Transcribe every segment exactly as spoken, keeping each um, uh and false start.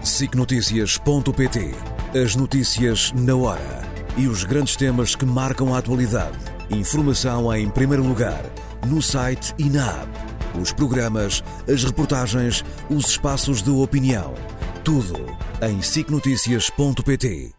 sic notícias ponto pt. As notícias na hora e os grandes temas que marcam a atualidade. Informação em primeiro lugar, no site e na app. Os programas, as reportagens, os espaços de opinião. Tudo em sic notícias ponto pt.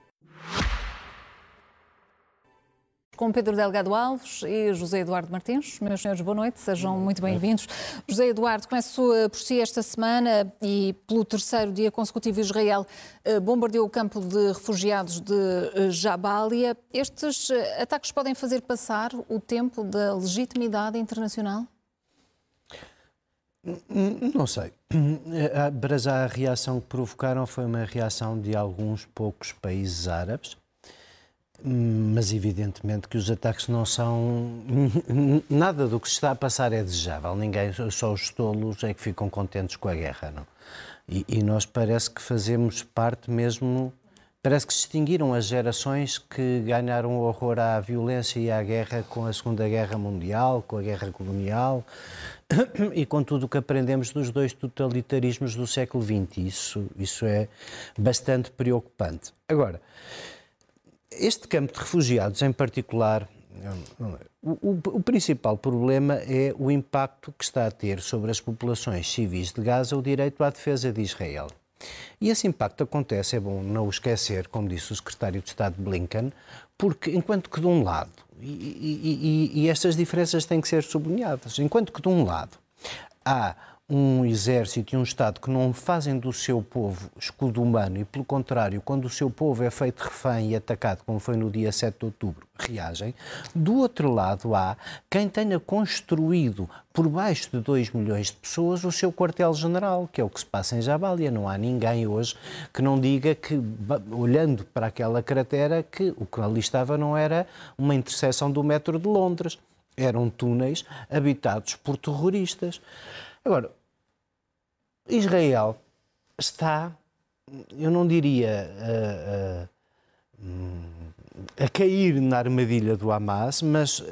Com Pedro Delgado Alves e José Eduardo Martins. Meus senhores, boa noite, sejam muito bem-vindos. José Eduardo, começo por si esta semana e pelo terceiro dia consecutivo Israel bombardeou o campo de refugiados de Jabalia. Estes ataques podem fazer passar o tempo da legitimidade internacional? Não sei. Para já a reação que provocaram foi uma reação de alguns poucos países árabes. Mas evidentemente que os ataques não são... Nada do que se está a passar é desejável. Ninguém, só os tolos é que ficam contentes com a guerra, não? E, e nós parece que fazemos parte mesmo... Parece que se extinguiram as gerações que ganharam o horror à violência e à guerra com a Segunda Guerra Mundial, com a guerra colonial e com tudo o que aprendemos dos dois totalitarismos do século vinte. Isso, isso é bastante preocupante. Agora... Este campo de refugiados, em particular, o, o, o principal problema é o impacto que está a ter sobre as populações civis de Gaza o direito à defesa de Israel. E esse impacto acontece, é bom não o esquecer, como disse o secretário de Estado Blinken, porque enquanto que de um lado, e, e, e, e estas diferenças têm que ser sublinhadas, enquanto que de um lado há um exército e um Estado que não fazem do seu povo escudo humano e, pelo contrário, quando o seu povo é feito refém e atacado, como foi no dia sete de outubro, reagem. Do outro lado há quem tenha construído por baixo de dois milhões de pessoas o seu quartel-general, que é o que se passa em Jabalia. Não há ninguém hoje que não diga que, olhando para aquela cratera, que o que ali estava não era uma interseção do metro de Londres. Eram túneis habitados por terroristas. Agora, Israel está, eu não diria a, a, a cair na armadilha do Hamas, mas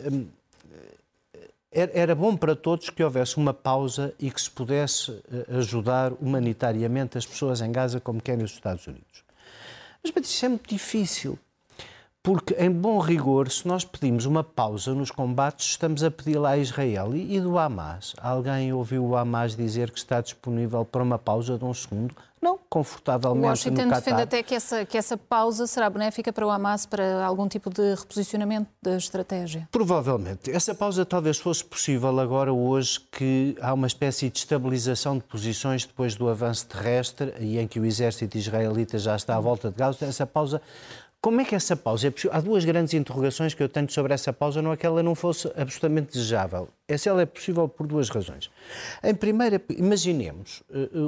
era bom para todos que houvesse uma pausa e que se pudesse ajudar humanitariamente as pessoas em Gaza, como querem os Estados Unidos. Mas isso é muito difícil. Porque, em bom rigor, se nós pedimos uma pausa nos combates, estamos a pedir lá a Israel. E, e do Hamas? Alguém ouviu o Hamas dizer que está disponível para uma pausa de um segundo? Não, confortavelmente o Washington no Qatar. defende até que essa, que essa pausa será benéfica para o Hamas, para algum tipo de reposicionamento da estratégia? Provavelmente. Essa pausa talvez fosse possível agora, hoje, que há uma espécie de estabilização de posições depois do avanço terrestre e em que o exército israelita já está à volta de Gaza. Essa pausa... Como é que essa pausa é possível? Há duas grandes interrogações que eu tenho sobre essa pausa, não é que ela não fosse absolutamente desejável. Essa ela é possível por duas razões. Em primeira, imaginemos,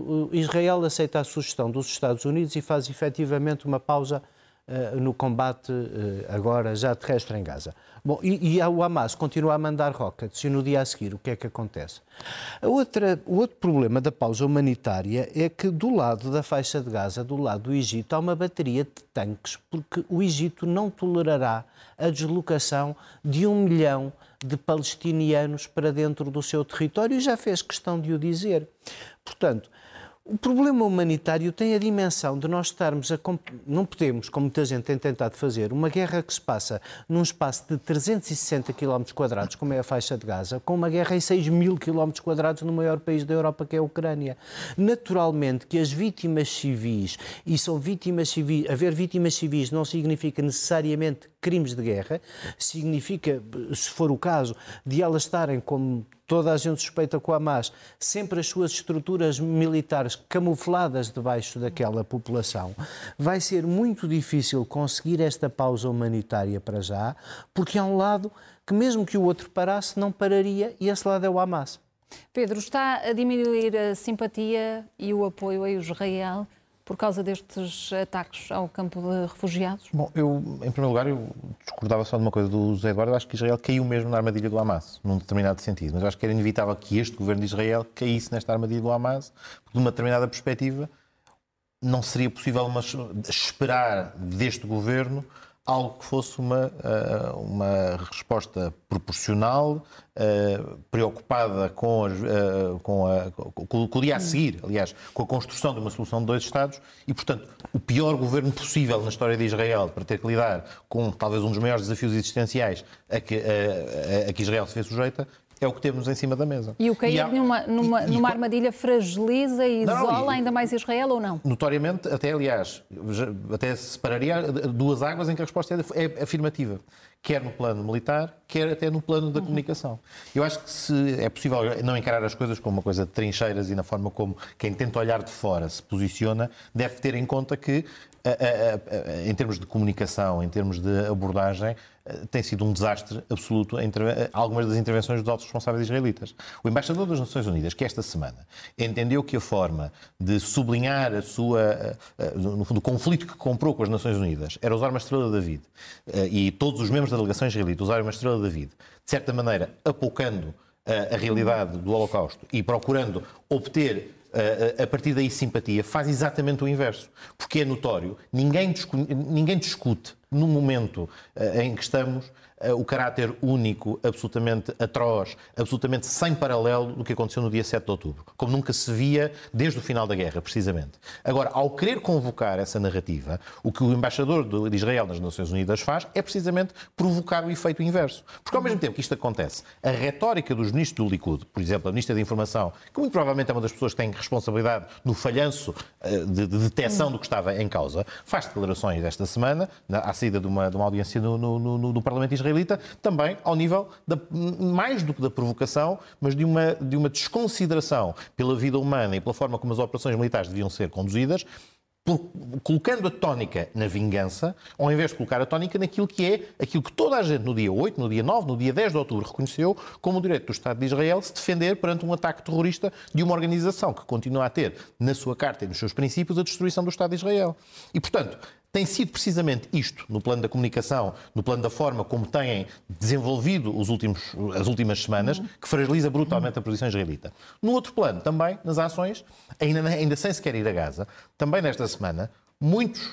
Israel aceita a sugestão dos Estados Unidos e faz efetivamente uma pausa uh, no combate uh, agora já terrestre em Gaza. Bom, e, e o Hamas continua a mandar rockets e no dia a seguir o que é que acontece? A outra, o outro problema da pausa humanitária é que do lado da faixa de Gaza, do lado do Egito, há uma bateria de tanques, porque o Egito não tolerará a deslocação de um milhão de palestinianos para dentro do seu território e já fez questão de o dizer. Portanto, o problema humanitário tem a dimensão de nós estarmos a... Não podemos, como muita gente tem tentado fazer, uma guerra que se passa num espaço de trezentos e sessenta quilómetros quadrados, como é a faixa de Gaza, com uma guerra em seis mil quilómetros quadrados no maior país da Europa, que é a Ucrânia. Naturalmente que as vítimas civis, e são vítimas civis, haver vítimas civis não significa necessariamente crimes de guerra, significa, se for o caso, de elas estarem como... Toda a gente suspeita com o Hamas, sempre as suas estruturas militares camufladas debaixo daquela população. Vai ser muito difícil conseguir esta pausa humanitária para já, porque há um lado que mesmo que o outro parasse, não pararia, e esse lado é o Hamas. Pedro, está a diminuir a simpatia e o apoio a Israel por causa destes ataques ao campo de refugiados? Bom, eu, em primeiro lugar, eu discordava só de uma coisa do José Eduardo. Eu acho que Israel caiu mesmo na armadilha do Hamas, num determinado sentido. Mas eu acho que era inevitável que este governo de Israel caísse nesta armadilha do Hamas, porque de uma determinada perspectiva não seria possível uma, esperar deste governo algo que fosse uma, uma resposta proporcional, preocupada com, as, com, a, com o dia a seguir, aliás, com a construção de uma solução de dois Estados e, portanto, o pior governo possível na história de Israel para ter que lidar com talvez um dos maiores desafios existenciais a que, a, a, a que Israel se vê sujeita, é o que temos em cima da mesa. E o cair e há... numa, numa, e, e... numa armadilha fragiliza e não, isola não, e... ainda mais Israel ou não? Notoriamente, até aliás, até separaria duas águas em que a resposta é afirmativa. Quer no plano militar, quer até no plano da uhum. comunicação. Eu acho que se é possível não encarar as coisas como uma coisa de trincheiras e na forma como quem tenta olhar de fora se posiciona, deve ter em conta que, a, a, a, em termos de comunicação, em termos de abordagem, tem sido um desastre absoluto em algumas das intervenções dos altos responsáveis israelitas. O embaixador das Nações Unidas, que esta semana entendeu que a forma de sublinhar a sua, no fundo, o conflito que comprou com as Nações Unidas era usar uma estrela de David, e todos os membros da delegação israelita usarem uma estrela de David, de certa maneira apocando a, a realidade do Holocausto e procurando obter a partir daí simpatia, faz exatamente o inverso. Porque é notório, ninguém discute, ninguém discute no momento em que estamos o caráter único, absolutamente atroz, absolutamente sem paralelo do que aconteceu no dia sete de outubro, como nunca se via desde o final da guerra, precisamente. Agora, ao querer convocar essa narrativa, o que o embaixador de Israel nas Nações Unidas faz é precisamente provocar o efeito inverso. Porque ao mesmo tempo que isto acontece, a retórica dos ministros do Likud, por exemplo, a ministra da Informação, que muito provavelmente é uma das pessoas que tem responsabilidade no falhanço de, de detecção do que estava em causa, faz declarações esta semana, à saída de uma, de uma audiência no, no, no, no Parlamento israelita, também ao nível, da, mais do que da provocação, mas de uma, de uma desconsideração pela vida humana e pela forma como as operações militares deviam ser conduzidas, por, colocando a tónica na vingança, ao invés de colocar a tónica naquilo que é aquilo que toda a gente no dia oito, no dia nove, no dia dez de outubro reconheceu como o direito do Estado de Israel se defender perante um ataque terrorista de uma organização que continua a ter na sua carta e nos seus princípios a destruição do Estado de Israel. E, portanto, tem sido precisamente isto, no plano da comunicação, no plano da forma como têm desenvolvido os últimos, as últimas semanas, que fragiliza brutalmente a posição israelita. No outro plano, também, nas ações, ainda, ainda sem sequer ir a Gaza, também nesta semana, muitos,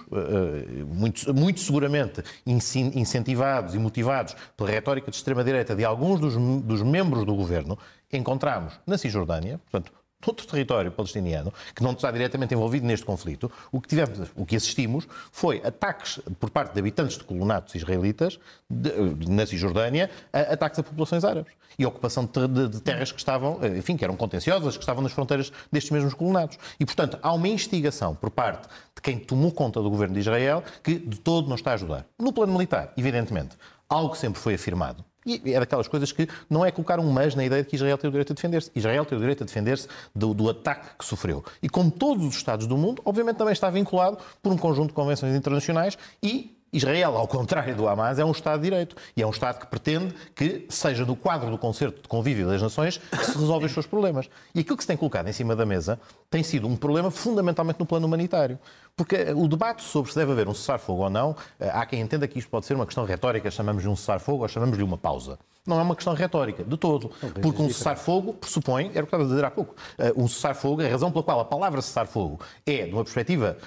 muito, muito seguramente incentivados e motivados pela retórica de extrema-direita de alguns dos, dos membros do governo, encontramos na Cisjordânia, portanto, outro território palestiniano, que não está diretamente envolvido neste conflito, o que, tivemos, o que assistimos foi ataques por parte de habitantes de colonatos israelitas de, na Cisjordânia, a, ataques a populações árabes e a ocupação de, de, de terras que estavam, enfim, que eram contenciosas, que estavam nas fronteiras destes mesmos colonatos. E, portanto, há uma instigação por parte de quem tomou conta do governo de Israel que de todo não está a ajudar. No plano militar, evidentemente, algo que sempre foi afirmado, e é daquelas coisas que não é colocar um mas na ideia de que Israel tem o direito a defender-se. Israel tem o direito a defender-se do, do ataque que sofreu. E como todos os Estados do mundo, obviamente também está vinculado por um conjunto de convenções internacionais e Israel, ao contrário do Hamas, é um Estado de Direito e é um Estado que pretende que seja no quadro do concerto de convívio das nações que se resolvem os seus problemas. E aquilo que se tem colocado em cima da mesa tem sido um problema fundamentalmente no plano humanitário. Porque o debate sobre se deve haver um cessar-fogo ou não, há quem entenda que isto pode ser uma questão retórica, chamamos-lhe um cessar-fogo ou chamamos-lhe uma pausa. Não é uma questão retórica, de todo. Porque um cessar-fogo pressupõe, era o que estava a dizer há pouco, um cessar-fogo, a razão pela qual a palavra cessar-fogo é, de uma perspectiva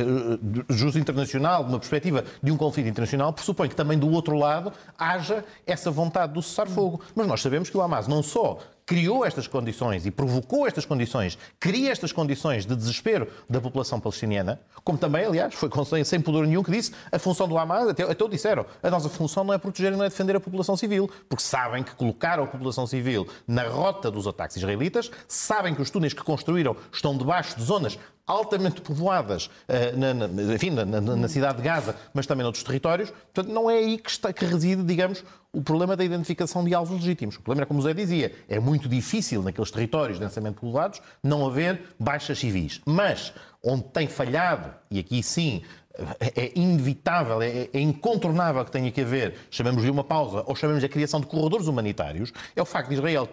justo internacional, de uma perspectiva de um conflito internacional, pressupõe que também do outro lado haja essa vontade do cessar-fogo. Mas nós sabemos que o Hamas não só criou estas condições e provocou estas condições, cria estas condições de desespero da população palestiniana, como também, aliás, foi sem pudor nenhum que disse a função do Hamas, até, até o disseram, a nossa função não é proteger e não é defender a população civil, porque sabem que colocaram a população civil na rota dos ataques israelitas, sabem que os túneis que construíram estão debaixo de zonas altamente povoadas, na, na, enfim, na, na, na cidade de Gaza, mas também noutros territórios. Portanto, não é aí que, está, que reside, digamos, o problema da identificação de alvos legítimos. O problema é, como o Zé dizia, é muito difícil naqueles territórios densamente povoados não haver baixas civis. Mas onde tem falhado, e aqui sim é inevitável, é, é incontornável que tenha que haver, chamamos-lhe uma pausa, ou chamamos-lhe a criação de corredores humanitários, é o facto de Israel ter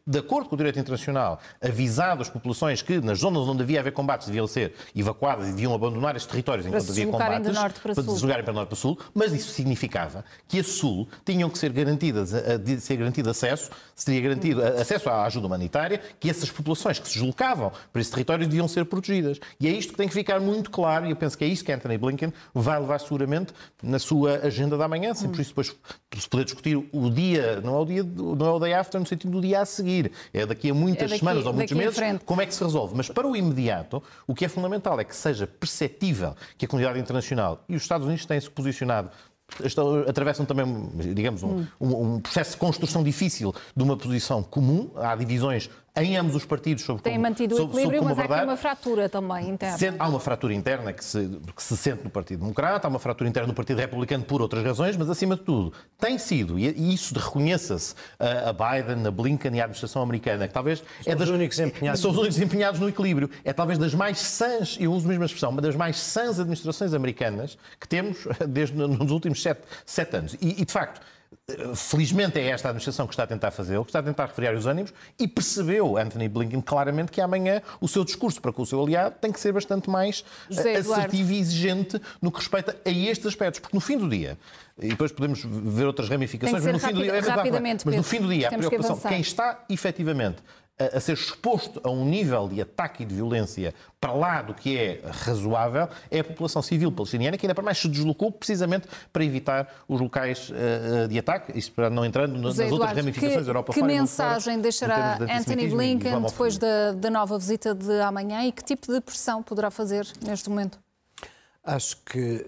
de acordo com o direito internacional, avisado as populações que nas zonas onde havia a haver combates deviam ser evacuadas e deviam abandonar estes territórios enquanto havia combates, de norte para para sul. deslocarem para norte para sul, mas isso significava que a sul tinham que ser garantidas, a, a, ser garantido acesso, seria garantido acesso à ajuda humanitária, que essas populações que se deslocavam para esse território deviam ser protegidas. E é isto que tem que ficar muito claro, e eu penso que é isto que Anthony Blinken vai levar seguramente na sua agenda da manhã, sempre por isso depois se poder discutir o dia, não é o dia, não é o day after no sentido do dia a seguir, é daqui a muitas é daqui, semanas ou muitos meses, como é que se resolve. Mas para o imediato, o que é fundamental é que seja perceptível que a comunidade internacional e os Estados Unidos têm-se posicionado, estão, atravessam também, digamos, um, um, um processo de construção difícil de uma posição comum. Há divisões em ambos os partidos sobre Tem como, mantido o sobre, equilíbrio, sobre mas há abordar. aqui uma fratura também interna. Sente, há uma fratura interna que se, que se sente no Partido Democrata, há uma fratura interna no Partido Republicano por outras razões, mas acima de tudo tem sido, e isso reconheça-se a Biden, a Blinken e a administração americana, que talvez são, é das, os únicos empenhados. são os únicos empenhados no equilíbrio. É talvez das mais sãs, eu uso a mesma expressão, uma das mais sãs administrações americanas que temos desde nos últimos sete, sete anos. E, e de facto, felizmente é esta a administração que está a tentar fazê-lo, que está a tentar refriar os ânimos, e percebeu Anthony Blinken claramente que amanhã o seu discurso para com o seu aliado tem que ser bastante mais José assertivo e exigente no que respeita a estes aspectos, porque no fim do dia, e depois podemos ver outras ramificações, mas no, fim do dia, é rapidamente, mas no fim do dia, a Temos preocupação, quem está efetivamente a ser exposto a um nível de ataque e de violência para lá do que é razoável, é a população civil palestiniana, que ainda para mais se deslocou precisamente para evitar os locais de ataque, isso para não entrando nas José outras Eduardo, ramificações que, da Europa que fora. Que mensagem fora, deixará de Anthony Blinken depois da, da nova visita de amanhã e que tipo de pressão poderá fazer neste momento? Acho que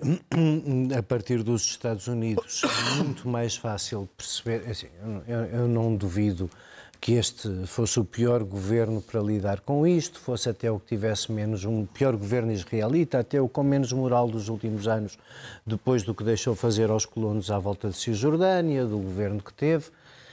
a partir dos Estados Unidos é muito mais fácil perceber, assim, eu, eu não duvido que este fosse o pior governo para lidar com isto, fosse até o que tivesse menos, um pior governo israelita, até o com menos moral dos últimos anos, depois do que deixou fazer aos colonos à volta de Cisjordânia, do governo que teve.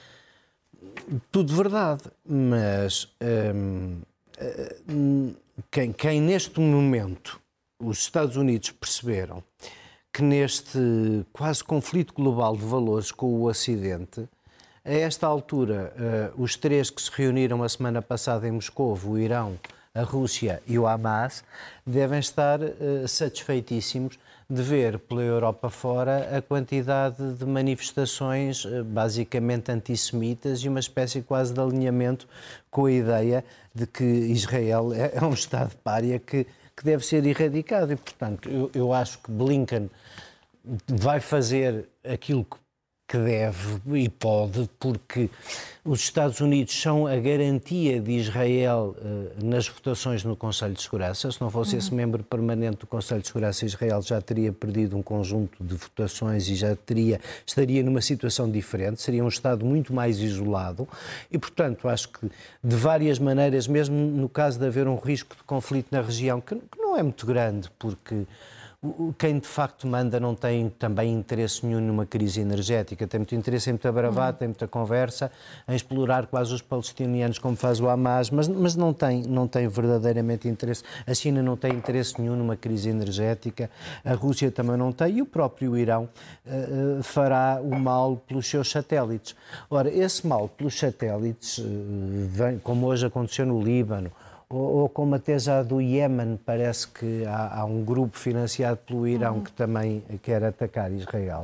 Tudo verdade, mas hum, hum, quem, quem neste momento os Estados Unidos perceberam que neste quase conflito global de valores com o Ocidente, a esta altura, uh, os três que se reuniram a semana passada em Moscovo, o Irão, a Rússia e o Hamas, devem estar uh, satisfeitíssimos de ver pela Europa fora a quantidade de manifestações uh, basicamente antissemitas e uma espécie quase de alinhamento com a ideia de que Israel é, é um Estado pária que, que deve ser erradicado. E, portanto, eu, eu acho que Blinken vai fazer aquilo que que deve e pode, porque os Estados Unidos são a garantia de Israel uh, nas votações no Conselho de Segurança. Se não fosse uhum. esse membro permanente do Conselho de Segurança, Israel já teria perdido um conjunto de votações e já teria, estaria numa situação diferente, seria um Estado muito mais isolado e, portanto, acho que de várias maneiras, mesmo no caso de haver um risco de conflito na região, que, que não é muito grande, porque quem de facto manda não tem também interesse nenhum numa crise energética, tem muito interesse em muita bravata, tem muita conversa, em explorar quase os palestinianos como faz o Hamas, mas, mas não, tem, não tem verdadeiramente interesse. A China não tem interesse nenhum numa crise energética, a Rússia também não tem e o próprio Irão uh, fará o mal pelos seus satélites. Ora, esse mal pelos satélites, uh, vem, como hoje aconteceu no Líbano, ou como até já do Iémen, parece que há, há um grupo financiado pelo Irão uhum. que também quer atacar Israel.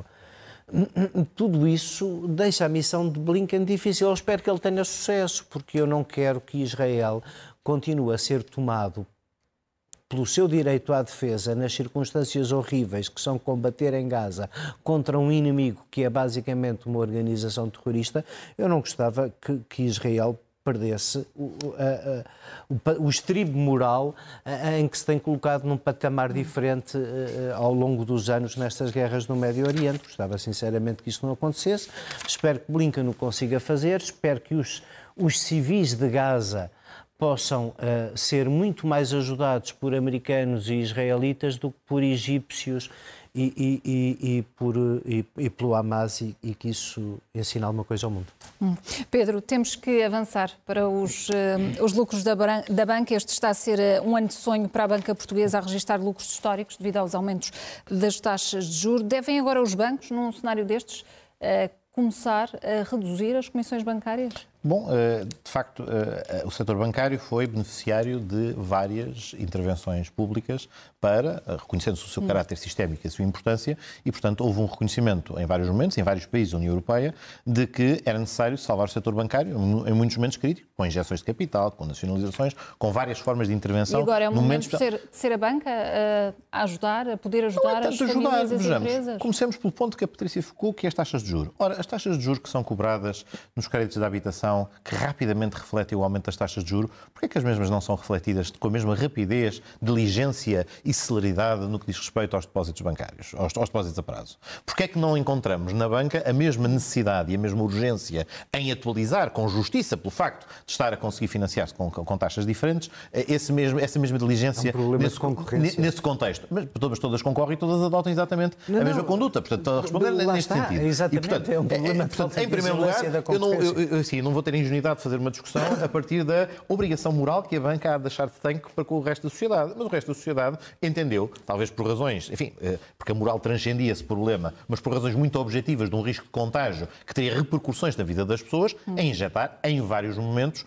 Tudo isso deixa a missão de Blinken difícil. Eu espero que ele tenha sucesso, porque eu não quero que Israel continue a ser tomado pelo seu direito à defesa nas circunstâncias horríveis que são combater em Gaza contra um inimigo que é basicamente uma organização terrorista. Eu não gostava que, que Israel perdesse o, a, a, o, o estribo moral a, a, em que se tem colocado num patamar diferente a, a, ao longo dos anos nestas guerras no Médio Oriente. Gostava sinceramente que isso não acontecesse. Espero que Blinken o consiga fazer. Espero que os, os civis de Gaza possam uh, ser muito mais ajudados por americanos e israelitas do que por egípcios e, e, e, e, por, e, e pelo Hamas e, e que isso ensine alguma coisa ao mundo. Hum. Pedro, temos que avançar para os, uh, os lucros da, da banca. Este está a ser uh, um ano de sonho para a banca portuguesa a registrar lucros históricos devido aos aumentos das taxas de juros. Devem agora os bancos, num cenário destes, uh, começar a reduzir as comissões bancárias? Bom, de facto, o setor bancário foi beneficiário de várias intervenções públicas para, reconhecendo-se o seu hum. caráter sistémico e a sua importância, e, portanto, houve um reconhecimento em vários momentos, em vários países da União Europeia, de que era necessário salvar o setor bancário em muitos momentos críticos, com injeções de capital, com nacionalizações, com várias formas de intervenção. E agora é o momento de ser, de ser a banca a ajudar, a poder ajudar é as famílias e as vejamos, empresas? Comecemos pelo ponto que a Patrícia focou, que é as taxas de juros. Ora, as taxas de juros que são cobradas nos créditos de habitação, que rapidamente refletem o aumento das taxas de juros, porque é que as mesmas não são refletidas com a mesma rapidez, diligência e celeridade no que diz respeito aos depósitos bancários, aos, aos depósitos a prazo? Porque é que não encontramos na banca a mesma necessidade e a mesma urgência em atualizar com justiça, pelo facto de estar a conseguir financiar-se com, com taxas diferentes, esse mesmo, essa mesma diligência é um nesse, de nesse contexto? Mas todas, todas concorrem e todas adotam exatamente não, a mesma não, conduta. Portanto, estão a responder neste está, sentido. Exatamente, e, portanto, é um problema é, portanto, em primeiro lugar, eu não, eu, eu, assim, não vou ter a ingenuidade de fazer uma discussão a partir da obrigação moral que a banca há de deixar de ter para com o resto da sociedade. Mas o resto da sociedade entendeu, talvez por razões, enfim, porque a moral transcendia esse problema, mas por razões muito objetivas de um risco de contágio que teria repercussões na vida das pessoas, a injetar, em vários momentos,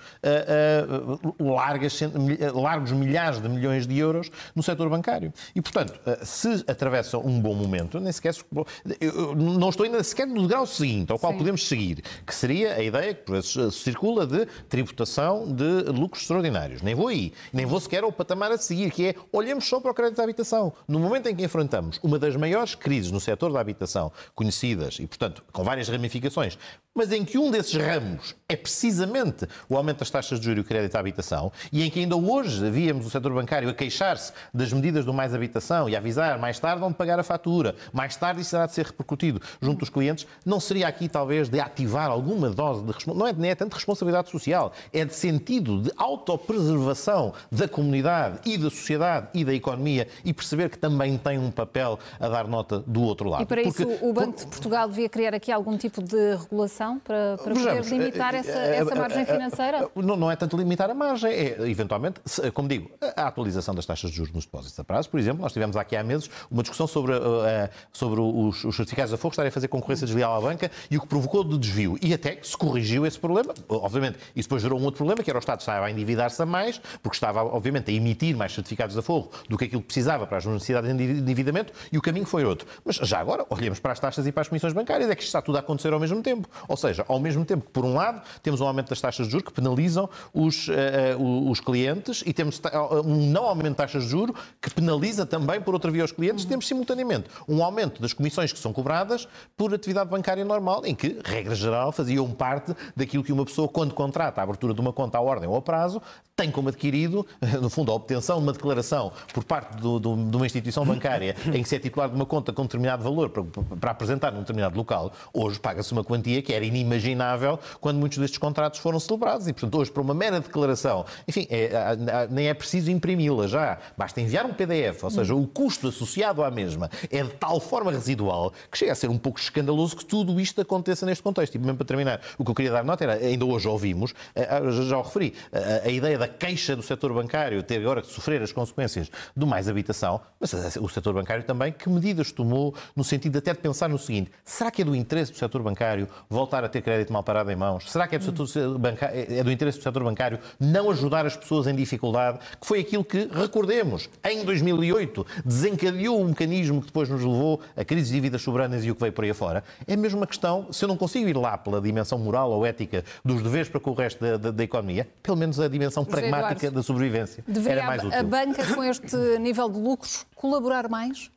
uh, uh, largas, largos milhares de milhões de euros no setor bancário. E, portanto, uh, se atravessa um bom momento, nem sequer... Eu não estou ainda sequer no grau seguinte, ao qual Sim. podemos seguir, que seria a ideia que por vezes circula de tributação de lucros extraordinários. Nem vou aí. Nem vou sequer ao patamar a seguir, que é, olhemos só para o crédito à habitação. No momento em que enfrentamos uma das maiores crises no setor da habitação conhecidas, e, portanto, com várias ramificações, mas em que um desses ramos é precisamente o aumento das taxas de juros e o crédito à habitação, e em que ainda hoje víamos o setor bancário a queixar-se das medidas do mais habitação e a avisar mais tarde vão pagar a fatura, mais tarde isso terá de ser repercutido junto dos clientes, não seria aqui talvez de ativar alguma dose de responsabilidade, não é, nem é tanto responsabilidade social, é de sentido de autopreservação da comunidade e da sociedade e da economia e perceber que também tem um papel a dar nota do outro lado. E para Porque, isso o Banco por... de Portugal devia criar aqui algum tipo de regulação para, para poder limitar essa, essa margem financeira? Não, não é tanto limitar a margem, é eventualmente, como digo, a atualização das taxas de juros nos depósitos a prazo. Por exemplo, nós tivemos aqui há meses uma discussão sobre, uh, sobre os, os certificados de aforro estarem a fazer concorrência desleal à banca e o que provocou de desvio. E até se corrigiu esse problema. Obviamente, isso depois gerou um outro problema, que era o Estado estava a endividar-se a mais, porque estava, obviamente, a emitir mais certificados de aforro do que aquilo que precisava para as necessidades de endividamento e o caminho foi outro. Mas já agora, olhemos para as taxas e para as comissões bancárias, é que isto está tudo a acontecer ao mesmo tempo. Ou seja, ao mesmo tempo que, por um lado, temos um aumento das taxas de juros que penalizam os, uh, os clientes e temos um não aumento de taxas de juros que penaliza também, por outra via, os clientes. Uhum. Temos, simultaneamente, um aumento das comissões que são cobradas por atividade bancária normal, em que, regra geral, faziam parte daquilo que uma pessoa, quando contrata a abertura de uma conta à ordem ou a prazo, tem como adquirido, no fundo, a obtenção de uma declaração por parte do, do, de uma instituição bancária em que se é titular de uma conta com determinado valor para, para apresentar num determinado local. Hoje paga-se uma quantia que era inimaginável quando muitos destes contratos foram celebrados e, portanto, hoje, para uma mera declaração, enfim, é, nem é preciso imprimi-la já. Basta enviar um P D F, ou seja, o custo associado à mesma é de tal forma residual que chega a ser um pouco escandaloso que tudo isto aconteça neste contexto. E mesmo para terminar, o que eu queria dar nota era, ainda hoje ouvimos, já o referi, a ideia da queixa do setor bancário ter agora que sofrer as consequências do mais habitação, mas o setor bancário também, que medidas tomou no sentido até de pensar no seguinte: será que é do interesse do setor bancário voltar a ter crédito mal parado em mãos? Será que é do, setor bancário, é do interesse do setor bancário não ajudar as pessoas em dificuldade? Que foi aquilo que, recordemos, em dois mil e oito desencadeou um mecanismo que depois nos levou a crises de dívidas soberanas e o que veio por aí afora. É mesmo uma questão, se eu não consigo ir lá pela dimensão moral ou ética dos deveres para com o resto da, da, da economia, pelo menos a dimensão José pragmática Eduardo, da sobrevivência deveria era mais útil. A banca, com este nível de lucros, colaborar mais?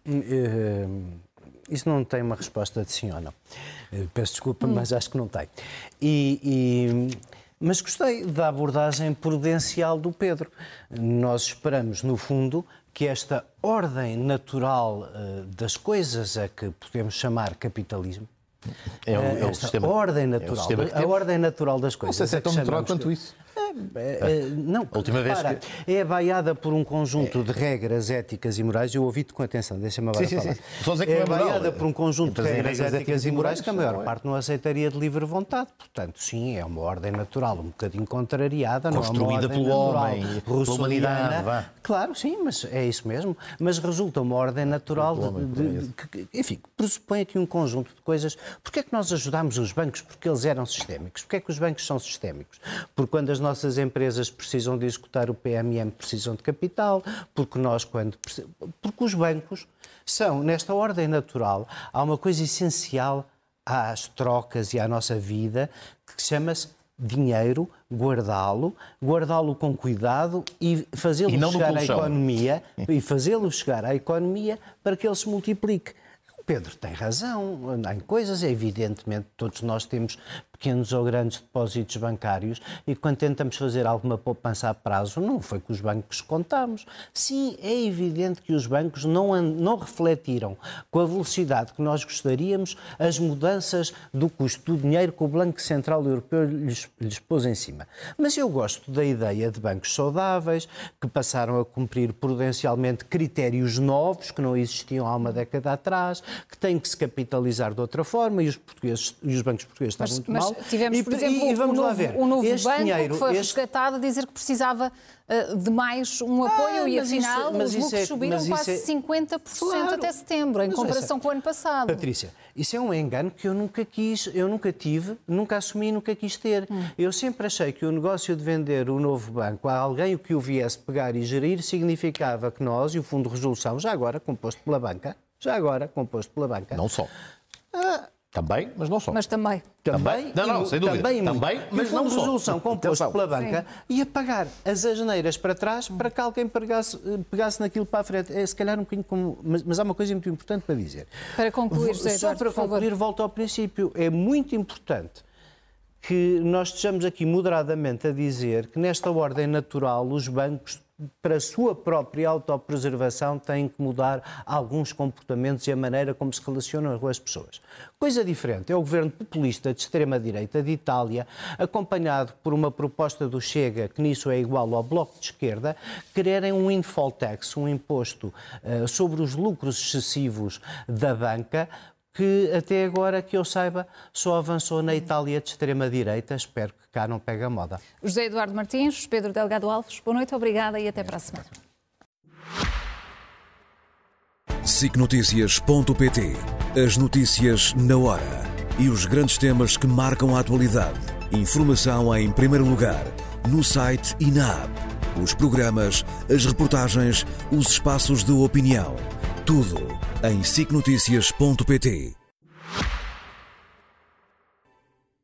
Uh, isso não tem uma resposta de sim ou não. Uh, peço desculpa, hum. mas acho que não tem. E... e... Mas gostei da abordagem prudencial do Pedro. Nós esperamos, no fundo, que esta ordem natural uh, das coisas a que podemos chamar capitalismo, é o, é o sistema, ordem natural, é o sistema a ordem natural das coisas. Não sei se é tão natural quanto isso. É, é, não, a última vez para, que... é abaiada por um conjunto é. de regras éticas e morais. Eu ouvi-te com atenção, deixa-me agora sim, falar. Sim, sim. Só dizer que é abaiada é por um conjunto de regras, regras éticas e morais que a maior não é? parte não aceitaria de livre vontade. Portanto, sim, é uma ordem natural, um bocadinho contrariada, construída não é uma pelo homem, pela humanidade. Vá. Claro, sim, mas é isso mesmo. Mas resulta uma ordem natural de, homem, de, de, que, enfim, pressupõe aqui um conjunto de coisas. Porquê é que nós ajudámos os bancos? Porque eles eram sistémicos. Porquê é que os bancos são sistémicos? Porque quando as nossas empresas precisam de executar o P M M, precisam de capital, porque nós, quando... Porque os bancos são, nesta ordem natural, há uma coisa essencial às trocas e à nossa vida, que chama-se dinheiro, guardá-lo, guardá-lo com cuidado e fazê-lo chegar à economia, e fazê-lo chegar à economia para que ele se multiplique. O Pedro tem razão, em coisas, evidentemente, todos nós temos pequenos ou grandes depósitos bancários e quando tentamos fazer alguma poupança a prazo, não foi com os bancos que contámos. Sim, é evidente que os bancos não, não refletiram com a velocidade que nós gostaríamos as mudanças do custo do dinheiro que o Banco Central Europeu lhes, lhes pôs em cima. Mas eu gosto da ideia de bancos saudáveis, que passaram a cumprir prudencialmente critérios novos que não existiam há uma década atrás, que têm que se capitalizar de outra forma e os, portugueses, e os bancos portugueses estão muito mas mal. Tivemos, por e, exemplo, e, e vamos o novo, o novo este banco dinheiro, que foi este... resgatado a dizer que precisava uh, de mais um apoio ah, e, afinal, isso, os lucros é, subiram quase é... cinquenta por cento claro, até setembro, em comparação é... com o ano passado. Patrícia, isso é um engano que eu nunca quis, eu nunca tive, nunca assumi, nunca quis ter. Hum. Eu sempre achei que o negócio de vender o novo banco a alguém que o viesse pegar e gerir significava que nós, e o Fundo de Resolução, já agora composto pela banca, já agora composto pela banca... Não só. Ah, Também, mas não só. Mas também. Também, não, não, sem dúvida. Também, também mas não só. O Fundo de Resolução composto pela banca Sim. ia pagar as asneiras para trás para que alguém pegasse, pegasse naquilo para a frente. É se calhar um bocadinho como... Mas, mas há uma coisa muito importante para dizer. Para concluir, José Só Eduardo, para concluir, volto ao princípio. É muito importante que nós estejamos aqui moderadamente a dizer que nesta ordem natural os bancos, para a sua própria autopreservação, têm que mudar alguns comportamentos e a maneira como se relacionam com as pessoas. Coisa diferente é o governo populista de extrema-direita de Itália, acompanhado por uma proposta do Chega, que nisso é igual ao Bloco de Esquerda, quererem um windfall tax, um imposto uh, sobre os lucros excessivos da banca, que até agora, que eu saiba, só avançou na Itália de extrema-direita. Espero que cá não pegue a moda. José Eduardo Martins, Pedro Delgado Alves, boa noite, obrigada e até para a semana. sic notícias ponto pt. As notícias na hora e os grandes temas que marcam a atualidade. Informação em primeiro lugar, no site e na app. Os programas, as reportagens, os espaços de opinião. Tudo em sic notícias ponto pt.